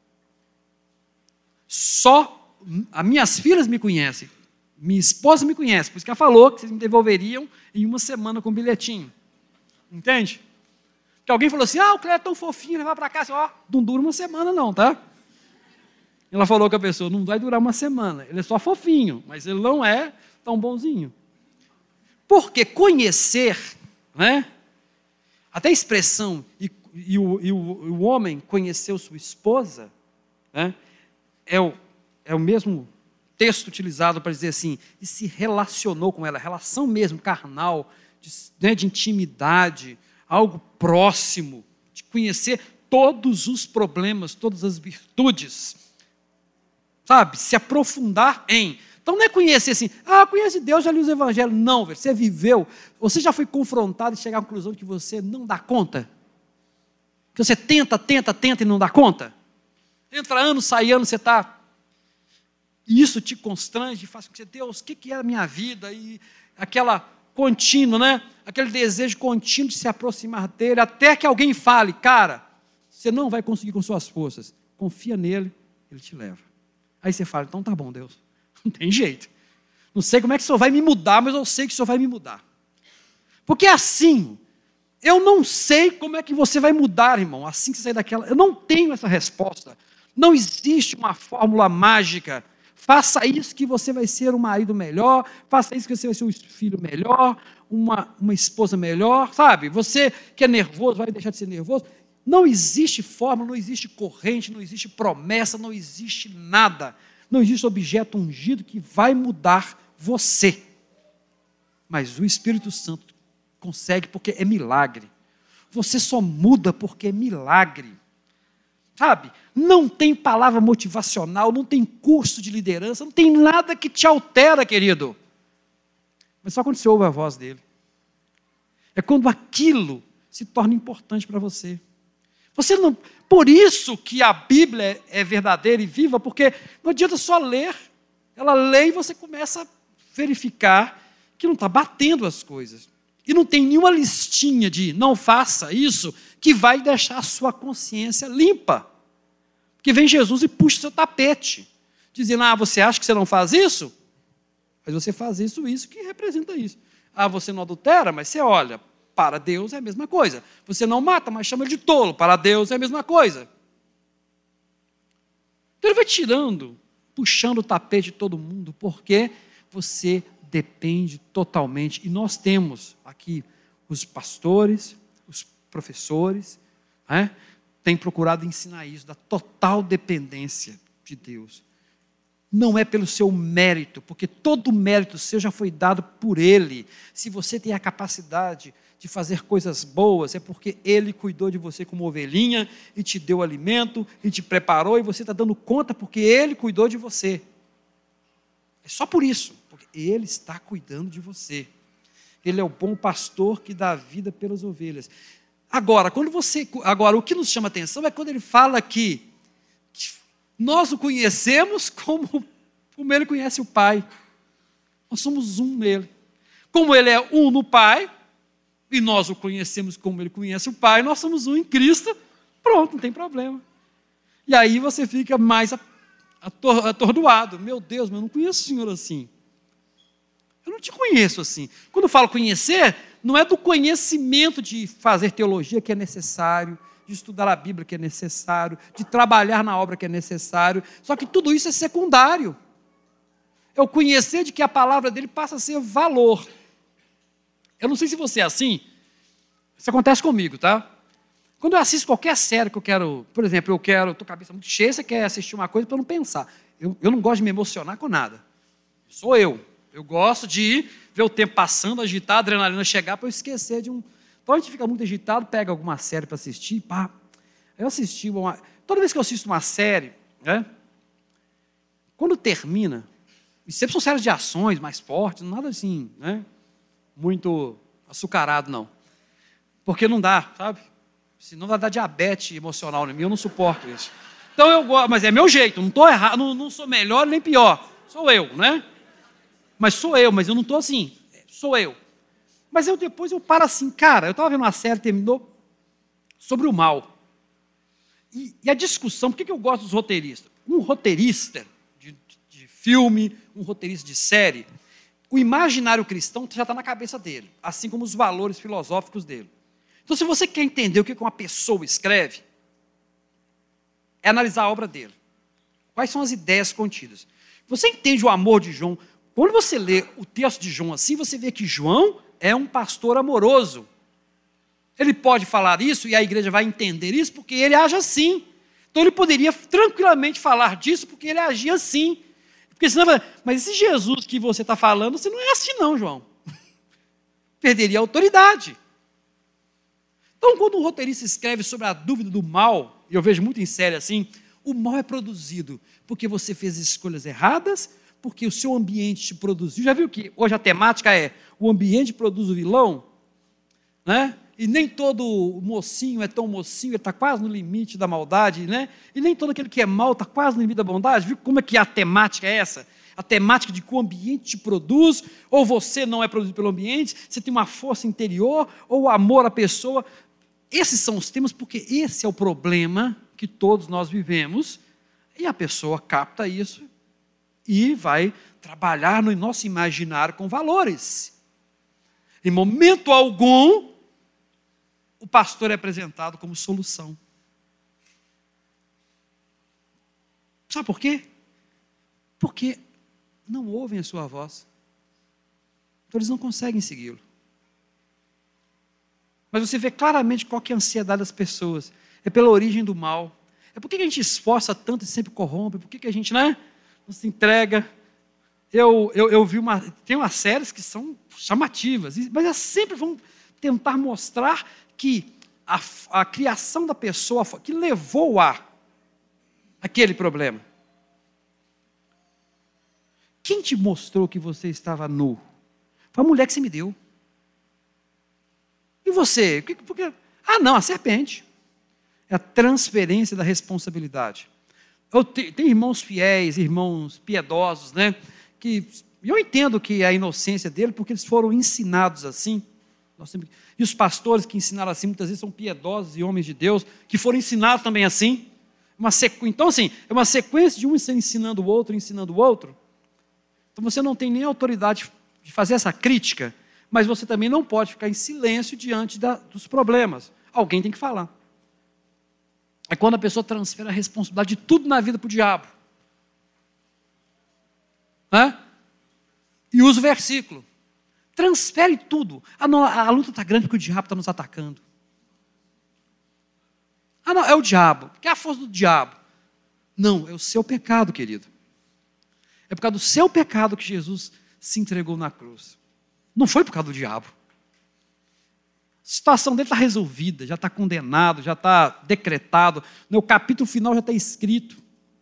Só as minhas filhas me conhecem. Minha esposa me conhece. Por isso que ela falou que vocês me devolveriam em uma semana com um bilhetinho. Entende? Que alguém falou assim, ah, o Cléber é tão fofinho, levar para casa. Ó, não dura uma semana não, tá? Ela falou com a pessoa, não vai durar uma semana. Ele é só fofinho, mas ele não é tão bonzinho. Porque conhecer, né? Até a expressão, e, e, o, e o, o homem conheceu sua esposa, né? é, o, é o mesmo texto utilizado para dizer assim, e se relacionou com ela, relação mesmo carnal, de, né, de intimidade, algo próximo, de conhecer todos os problemas, todas as virtudes, sabe, se aprofundar em. Então não é conhecer assim, ah, conhece Deus, já li os evangelhos. Não, velho, você viveu, você já foi confrontado e chegar à conclusão de que você não dá conta? Que você tenta, tenta, tenta e não dá conta? Entra ano, sai ano, você está... E isso te constrange, faz com que você, Deus, o que, que é a minha vida? E aquela contínua, né? Aquele desejo contínuo de se aproximar dele, até que alguém fale, cara, você não vai conseguir com suas forças. Confia nele, ele te leva. Aí você fala, então tá bom, Deus. Não tem jeito. Não sei como é que o Senhor vai me mudar, mas eu sei que o Senhor vai me mudar. Porque assim, eu não sei como é que você vai mudar, irmão, assim que você sair daquela... Eu não tenho essa resposta. Não existe uma fórmula mágica. Faça isso que você vai ser um marido melhor, faça isso que você vai ser um filho melhor, uma, uma esposa melhor, sabe? Você que é nervoso vai deixar de ser nervoso. Não existe fórmula, não existe corrente, não existe promessa, não existe nada. Não existe objeto ungido que vai mudar você. Mas o Espírito Santo consegue porque é milagre. Você só muda porque é milagre. Sabe? Não tem palavra motivacional, não tem curso de liderança, não tem nada que te altera, querido. Mas só quando você ouve a voz dele. É quando aquilo se torna importante para você. Você não, por isso que a Bíblia é verdadeira e viva, porque não adianta só ler. Ela lê e você começa a verificar que não está batendo as coisas. E não tem nenhuma listinha de não faça isso que vai deixar a sua consciência limpa. Porque vem Jesus e puxa o seu tapete, dizendo, ah, você acha que você não faz isso? Mas você faz isso, isso que representa isso. Ah, você não adultera, mas você olha, Para Deus é a mesma coisa. Você não mata, mas chama ele de tolo. Para Deus é a mesma coisa. Então ele vai tirando, puxando o tapete de todo mundo, porque você depende totalmente. E nós temos aqui os pastores, os professores, né, têm procurado ensinar isso, da total dependência de Deus. Não é pelo seu mérito, porque todo o mérito seu já foi dado por Ele. Se você tem a capacidade de fazer coisas boas, é porque Ele cuidou de você como ovelhinha, e te deu alimento, e te preparou, e você está dando conta porque Ele cuidou de você. É só por isso, porque Ele está cuidando de você. Ele é o bom pastor que dá a vida pelas ovelhas. Agora, quando você, agora, o que nos chama a atenção é quando ele fala que nós o conhecemos como, como ele conhece o Pai. Nós somos um nele. Como ele é um no Pai, e nós o conhecemos como ele conhece o Pai, nós somos um em Cristo, pronto, não tem problema. E aí você fica mais atordoado. Meu Deus, mas eu não conheço o Senhor assim. Eu não te conheço assim. Quando eu falo conhecer, não é do conhecimento de fazer teologia que é necessário, de estudar a Bíblia que é necessário, de trabalhar na obra que é necessário. Só que tudo isso é secundário. É o conhecer de que a palavra dele passa a ser valor. Eu não sei se você é assim. Isso acontece comigo, tá? Quando eu assisto qualquer série que eu quero, por exemplo, eu quero, estou com a cabeça muito cheia, você quer assistir uma coisa para eu não pensar. Eu, eu não gosto de me emocionar com nada. Sou eu. Eu gosto de ver o tempo passando, agitar, a adrenalina chegar para eu esquecer de um... Então a gente fica muito agitado, pega alguma série para assistir, pá. Eu assisti uma... Toda vez que eu assisto uma série, né, quando termina, e sempre são séries de ações mais fortes, nada assim, né, muito açucarado, não. Porque não dá, sabe? Senão vai dar diabetes emocional em mim, eu não suporto isso. Então eu gosto, mas é meu jeito, não estou errado, não, não sou melhor nem pior, sou eu, né? Mas sou eu, mas eu não estou assim, sou eu. Mas eu depois eu paro assim, cara, eu estava vendo uma série, terminou, sobre o mal. E, e a discussão, por que, que eu gosto dos roteiristas? Um roteirista de, de filme, um roteirista de série, o imaginário cristão já está na cabeça dele, assim como os valores filosóficos dele. Então, se você quer entender o que uma pessoa escreve, é analisar a obra dele. Quais são as ideias contidas? Você entende o amor de João? Quando você lê o texto de João assim, você vê que João é um pastor amoroso. Ele pode falar isso e a igreja vai entender isso porque ele age assim. Então ele poderia tranquilamente falar disso porque ele agia assim. Porque senão, mas esse Jesus que você está falando, você não é assim não, João. Perderia a autoridade. Então, quando um roteirista escreve sobre a dúvida do mal, e eu vejo muito em série assim, o mal é produzido porque você fez escolhas erradas, porque o seu ambiente te produziu. Já viu que hoje a temática é o ambiente produz o vilão? Né? E nem todo mocinho é tão mocinho, ele está quase no limite da maldade, né? E nem todo aquele que é mau está quase no limite da bondade. Viu como é que a temática é essa? A temática de que o ambiente te produz, ou você não é produzido pelo ambiente, você tem uma força interior, ou o amor à pessoa. Esses são os temas, porque esse é o problema que todos nós vivemos, e a pessoa capta isso e vai trabalhar no nosso imaginário com valores. Em momento algum, o pastor é apresentado como solução. Sabe por quê? Porque não ouvem a sua voz. Então eles não conseguem segui-lo. Mas você vê claramente qual que é a ansiedade das pessoas. É pela origem do mal. É por que a gente esforça tanto e sempre corrompe? Por que a gente, né, não se entrega? Eu, eu, eu vi uma... Tem umas séries que são chamativas, mas elas sempre vão tentar mostrar que a, a criação da pessoa que levou a aquele problema. Quem te mostrou que você estava nu? Foi a mulher que você me deu. E você? Porque, ah, não, a serpente. É a transferência da responsabilidade. Eu te, tem irmãos fiéis, irmãos piedosos, né? Que eu entendo que é a inocência dele, porque eles foram ensinados assim. Nós sempre, e os pastores que ensinaram assim, muitas vezes são piedosos e homens de Deus, que foram ensinados também assim. Uma sequ... Então, assim, é uma sequência de um ensinando o outro, ensinando o outro. Então, você não tem nem autoridade de fazer essa crítica, mas você também não pode ficar em silêncio diante da, dos problemas. Alguém tem que falar. É quando a pessoa transfere a responsabilidade de tudo na vida para o diabo. Né? E usa o versículo. Transfere tudo. Ah, não, a luta está grande porque o diabo está nos atacando. Ah, não, é o diabo. Que é a força do diabo? Não, é o seu pecado, querido. É por causa do seu pecado que Jesus se entregou na cruz. Não foi por causa do diabo. A situação dele está resolvida, já está condenado, já está decretado. No capítulo final já está escrito.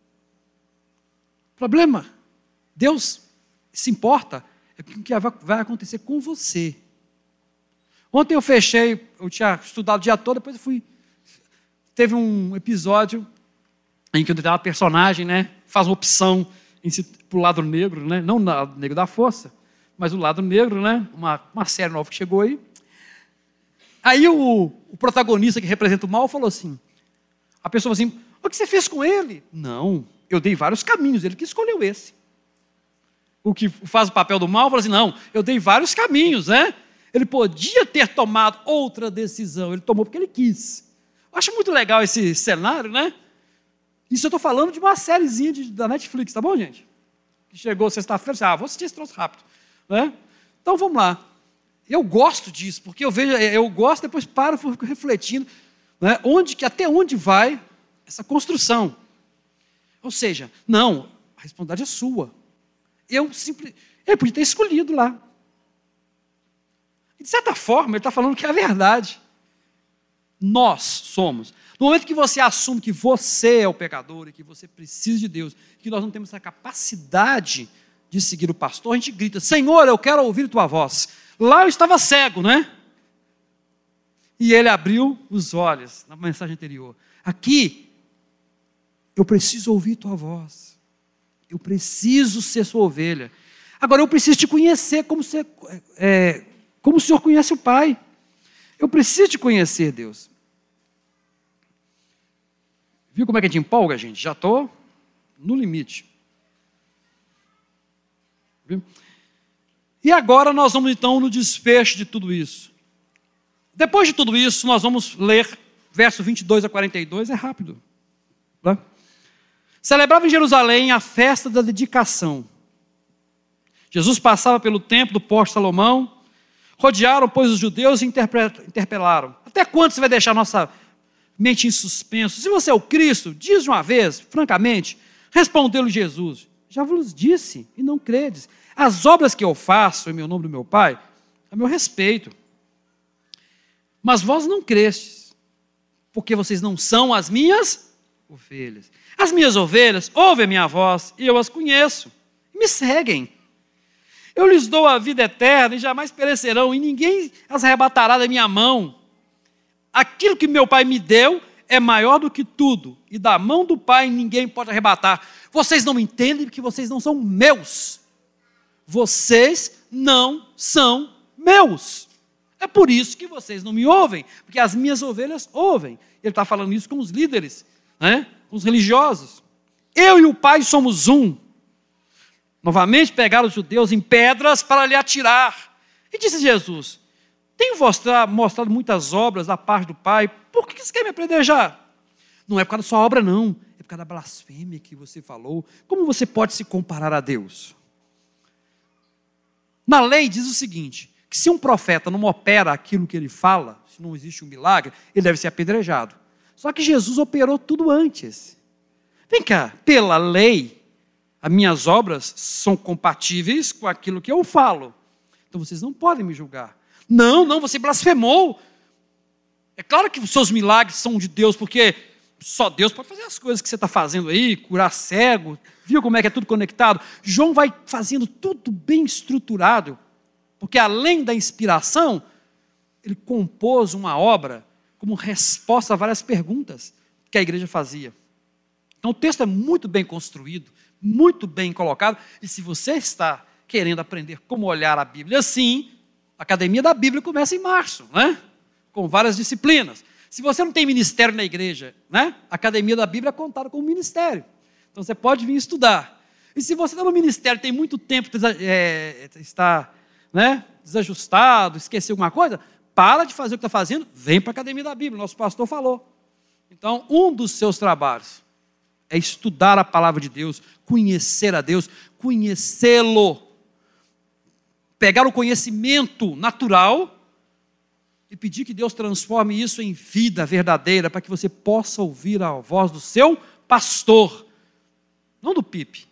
O problema, Deus se importa é com o que vai acontecer com você. Ontem eu fechei, eu tinha estudado o dia todo, depois eu fui... Teve um episódio em que uma personagem, né, faz uma opção para o lado negro, né, não o lado negro da força, mas o lado negro, né, uma, uma série nova que chegou aí. Aí o, o protagonista que representa o mal falou assim, a pessoa falou assim, o que você fez com ele? Não, eu dei vários caminhos, ele que escolheu esse. O que faz o papel do mal falou assim, não, eu dei vários caminhos, né? Ele podia ter tomado outra decisão, ele tomou porque ele quis. Eu acho muito legal esse cenário, né? Isso eu estou falando de uma sériezinha de, da Netflix, tá bom, gente? Que chegou sexta-feira, ah, vou assistir esse troço rápido. Né? Então, vamos lá. Eu gosto disso, porque eu vejo, eu gosto, depois paro, fico refletindo, né? onde, até onde vai essa construção. Ou seja, não, a responsabilidade é sua. Eu simplesmente, ele podia ter escolhido lá. E, de certa forma, ele está falando que é a verdade. Nós somos. No momento que você assume que você é o pecador e que você precisa de Deus, que nós não temos essa capacidade de seguir o pastor, a gente grita, Senhor, eu quero ouvir tua voz. Lá eu estava cego, né? E ele abriu os olhos, na mensagem anterior. Aqui, eu preciso ouvir tua voz. Eu preciso ser sua ovelha. Agora, eu preciso te conhecer como, você, é, como o Senhor conhece o Pai. Eu preciso te conhecer, Deus. Viu como é que a gente empolga, gente? Já estou no limite. Viu? E agora nós vamos então no desfecho de tudo isso. Depois de tudo isso, nós vamos ler verso vinte e dois a quarenta e dois, é rápido. Né? Celebrava em Jerusalém a festa da dedicação. Jesus passava pelo templo do Pórtico de Salomão, rodearam, pois, os judeus e interpelaram. Até quando você vai deixar nossa mente em suspenso? Se você é o Cristo, diz de uma vez, francamente. Respondeu-lhe Jesus, já vos disse e não credes. As obras que eu faço em meu nome do meu Pai, a meu respeito. Mas vós não crestes, porque vocês não são as minhas ovelhas. As minhas ovelhas ouvem a minha voz e eu as conheço. E me seguem. Eu lhes dou a vida eterna e jamais perecerão, e ninguém as arrebatará da minha mão. Aquilo que meu Pai me deu é maior do que tudo, e da mão do Pai ninguém pode arrebatar. Vocês não entendem porque vocês não são meus. Vocês não são meus. É por isso que vocês não me ouvem, porque as minhas ovelhas ouvem. Ele está falando isso com os líderes, né? Com os religiosos. Eu e o Pai somos um. Novamente pegaram os judeus em pedras para lhe atirar. E disse Jesus, tenho mostrado muitas obras da parte do Pai, por que você quer me apedrejar? Não é por causa da sua obra, não. É por causa da blasfêmia que você falou. Como você pode se comparar a Deus? Na lei diz o seguinte, que se um profeta não opera aquilo que ele fala, se não existe um milagre, ele deve ser apedrejado. Só que Jesus operou tudo antes. Vem cá, pela lei, as minhas obras são compatíveis com aquilo que eu falo. Então vocês não podem me julgar. Não, não, você blasfemou. É claro que os seus milagres são de Deus, porque só Deus pode fazer as coisas que você está fazendo aí, curar cego. Viu como é que é tudo conectado? João vai fazendo tudo bem estruturado, porque além da inspiração, ele compôs uma obra como resposta a várias perguntas que a igreja fazia. Então o texto é muito bem construído, muito bem colocado, e se você está querendo aprender como olhar a Bíblia assim, a Academia da Bíblia começa em março, né? Com várias disciplinas. Se você não tem ministério na igreja, né? A Academia da Bíblia é contada como ministério. Então você pode vir estudar. E se você está no ministério, tem muito tempo, é, está né, desajustado, esqueceu alguma coisa, para de fazer o que está fazendo, vem para a Academia da Bíblia, nosso pastor falou. Então, um dos seus trabalhos é estudar a palavra de Deus, conhecer a Deus, conhecê-lo, pegar o conhecimento natural e pedir que Deus transforme isso em vida verdadeira, para que você possa ouvir a voz do seu pastor, não do Pipe,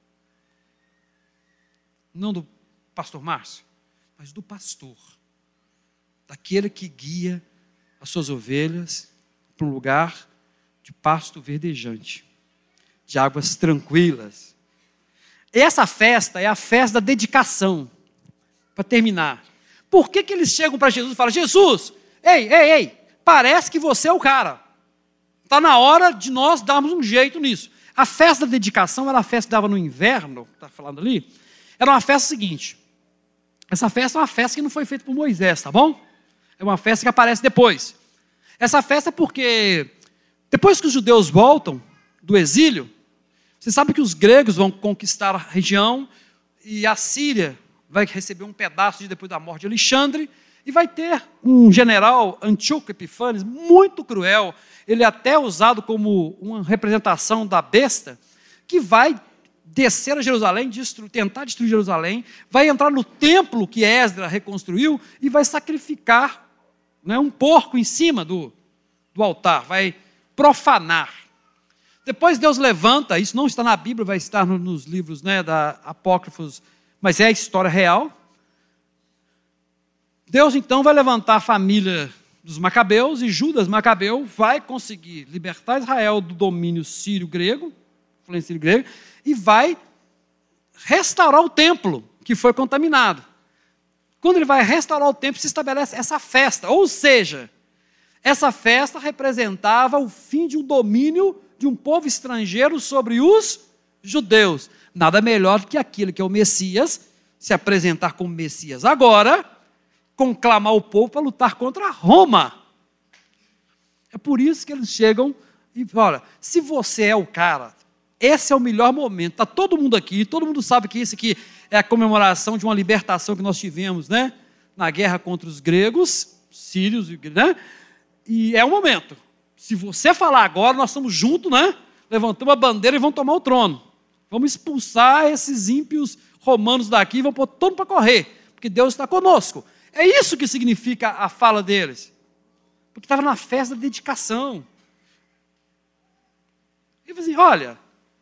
não do pastor Márcio, mas do pastor, daquele que guia as suas ovelhas para um lugar de pasto verdejante, de águas tranquilas. Essa festa é a festa da dedicação. Para terminar, por que que eles chegam para Jesus e falam: Jesus, ei, ei, ei, parece que você é o cara, está na hora de nós darmos um jeito nisso. A festa da dedicação era a festa que dava no inverno, está falando ali, era uma festa seguinte, essa festa é uma festa que não foi feita por Moisés, tá bom? É uma festa que aparece depois. Essa festa é porque, depois que os judeus voltam do exílio, você sabe que os gregos vão conquistar a região, e a Síria vai receber um pedaço de depois da morte de Alexandre, e vai ter um general, Antíoco Epifanes, muito cruel, ele é até usado como uma representação da besta, que vai descer a Jerusalém, destruir, tentar destruir Jerusalém, vai entrar no templo que Esdras reconstruiu, e vai sacrificar, né, um porco em cima do, do altar, vai profanar. Depois Deus levanta, isso não está na Bíblia, vai estar no, nos livros, né, da apócrifos, mas é a história real. Deus então vai levantar a família dos Macabeus, e Judas Macabeu vai conseguir libertar Israel do domínio sírio-grego, influência sírio-grego, e vai restaurar o templo que foi contaminado. Quando ele vai restaurar o templo, se estabelece essa festa, ou seja, essa festa representava o fim de um domínio de um povo estrangeiro sobre os judeus. Nada melhor do que aquele que é o Messias, se apresentar como Messias agora, conclamar o povo para lutar contra Roma. É por isso que eles chegam e olha, se você é o cara, esse é o melhor momento, está todo mundo aqui, todo mundo sabe que isso aqui é a comemoração de uma libertação que nós tivemos, né, na guerra contra os gregos, sírios, né, e é o momento. Se você falar agora, nós estamos juntos, né, levantamos a bandeira e vamos tomar o trono. Vamos expulsar esses ímpios romanos daqui e vamos pôr todo mundo para correr, porque Deus está conosco. É isso que significa a fala deles. Porque estava na festa da dedicação. E eu falei assim, olha,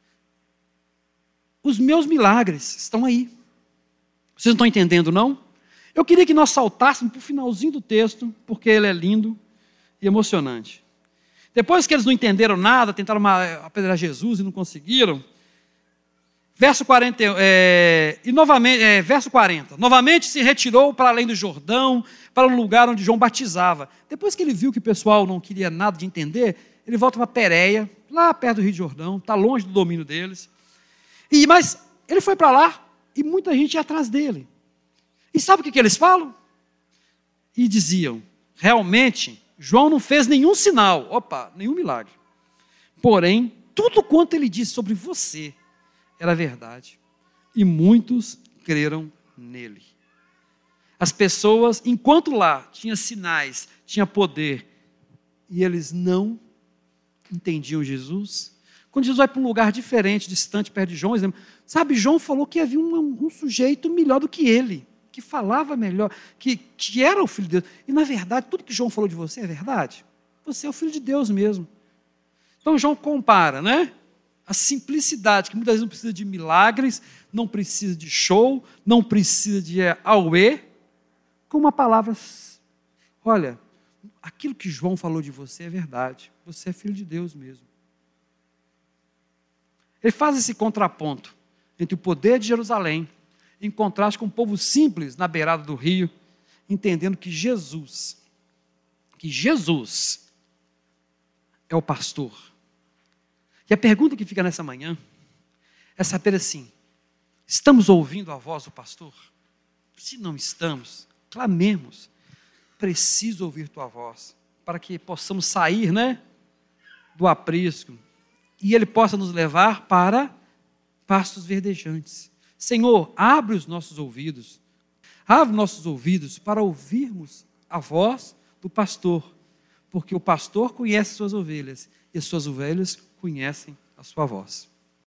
os meus milagres estão aí. Vocês não estão entendendo, não? Eu queria que nós saltássemos para o finalzinho do texto, porque ele é lindo e emocionante. Depois que eles não entenderam nada, tentaram apedrejar Jesus e não conseguiram, verso quarenta, é, e novamente, é, verso quarenta, novamente se retirou para além do Jordão, para o lugar onde João batizava. Depois que ele viu que o pessoal não queria nada de entender, ele volta para Pérea, lá perto do Rio de Jordão, está longe do domínio deles. E, mas ele foi para lá e muita gente ia atrás dele. E sabe o que, que eles falam? E diziam, realmente, João não fez nenhum sinal, opa, nenhum milagre. Porém, tudo quanto ele disse sobre você era verdade. E muitos creram nele. As pessoas, enquanto lá tinha sinais, tinha poder, e eles não entendiam Jesus. Quando Jesus vai para um lugar diferente, distante, perto de João, sabe, João falou que havia um, um sujeito melhor do que ele, que falava melhor, que, que era o Filho de Deus. E, na verdade, tudo que João falou de você é verdade. Você é o Filho de Deus mesmo. Então, João compara, né? A simplicidade, que muitas vezes não precisa de milagres, não precisa de show, não precisa de auê, com uma palavra, olha, aquilo que João falou de você é verdade, você é Filho de Deus mesmo. Ele faz esse contraponto entre o poder de Jerusalém, em contraste com o povo simples na beirada do rio, entendendo que Jesus, que Jesus é o pastor. E a pergunta que fica nessa manhã é saber assim, estamos ouvindo a voz do pastor? Se não estamos, clamemos, preciso ouvir tua voz, para que possamos sair, né, do aprisco, e ele possa nos levar para pastos verdejantes. Senhor, abre os nossos ouvidos, Abre nossos ouvidos para ouvirmos a voz do pastor, porque o pastor conhece suas ovelhas e as suas ovelhas conhecem a sua voz.